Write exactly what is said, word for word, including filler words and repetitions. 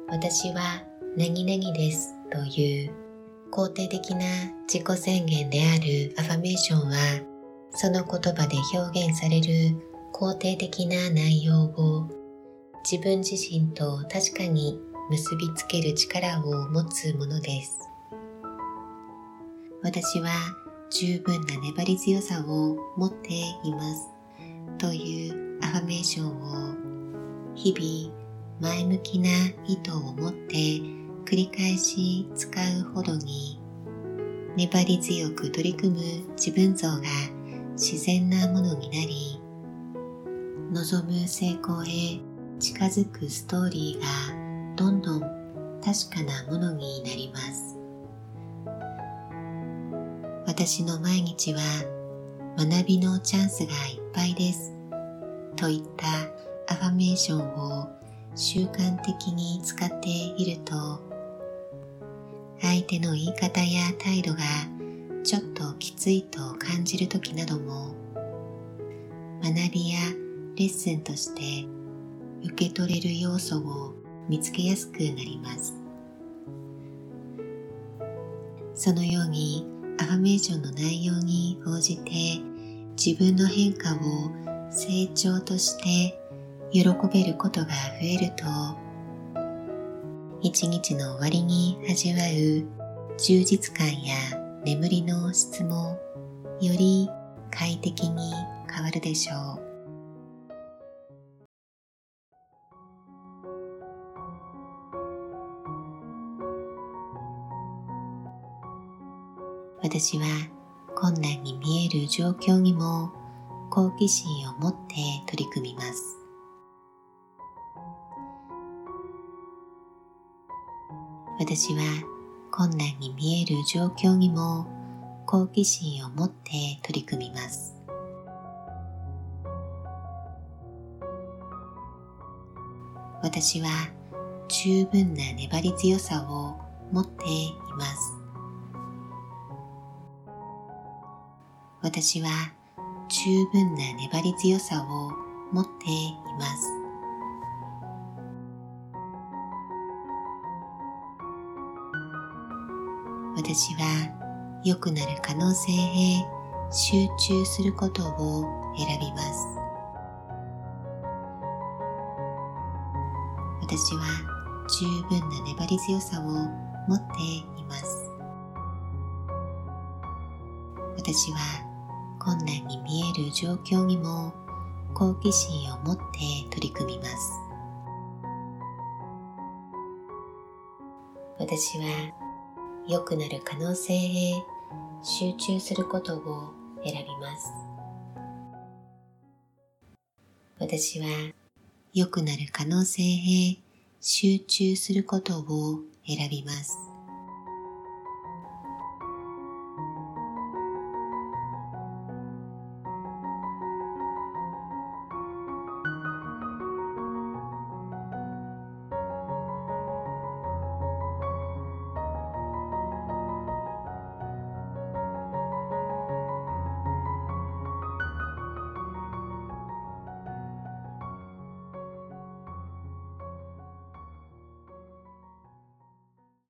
私は何々ですという肯定的な自己宣言であるアファメーションは、その言葉で表現される肯定的な内容を自分自身と確かに結びつける力を持つものです。私は十分な粘り強さを持っていますというアファメーションを日々前向きな意図を持って繰り返し使うほどに、粘り強く取り組む自分像が自然なものになり、望む成功へ近づくストーリーがどんどん確かなものになります。私の毎日は学びのチャンスがいっぱいですといったアファメーションを習慣的に使っていると、相手の言い方や態度がちょっときついと感じるときなども、学びやレッスンとして受け取れる要素を見つけやすくなります。そのようにアファメーションの内容に応じて自分の変化を成長として喜べることが増えると、一日の終わりに味わう充実感や眠りの質もより快適に変わるでしょう。私は困難に見える状況にも好奇心を持って取り組みます。私は困難に見える状況にも好奇心を持って取り組みます。私は十分な粘り強さを持っています。私は十分な粘り強さを持っています。私は良くなる可能性へ集中することを選びます。私は十分な粘り強さを持っています。私は困難に見える状況にも好奇心を持って取り組みます。私は良くなる可能性へ集中することを選びます。私は良くなる可能性へ集中することを選びます。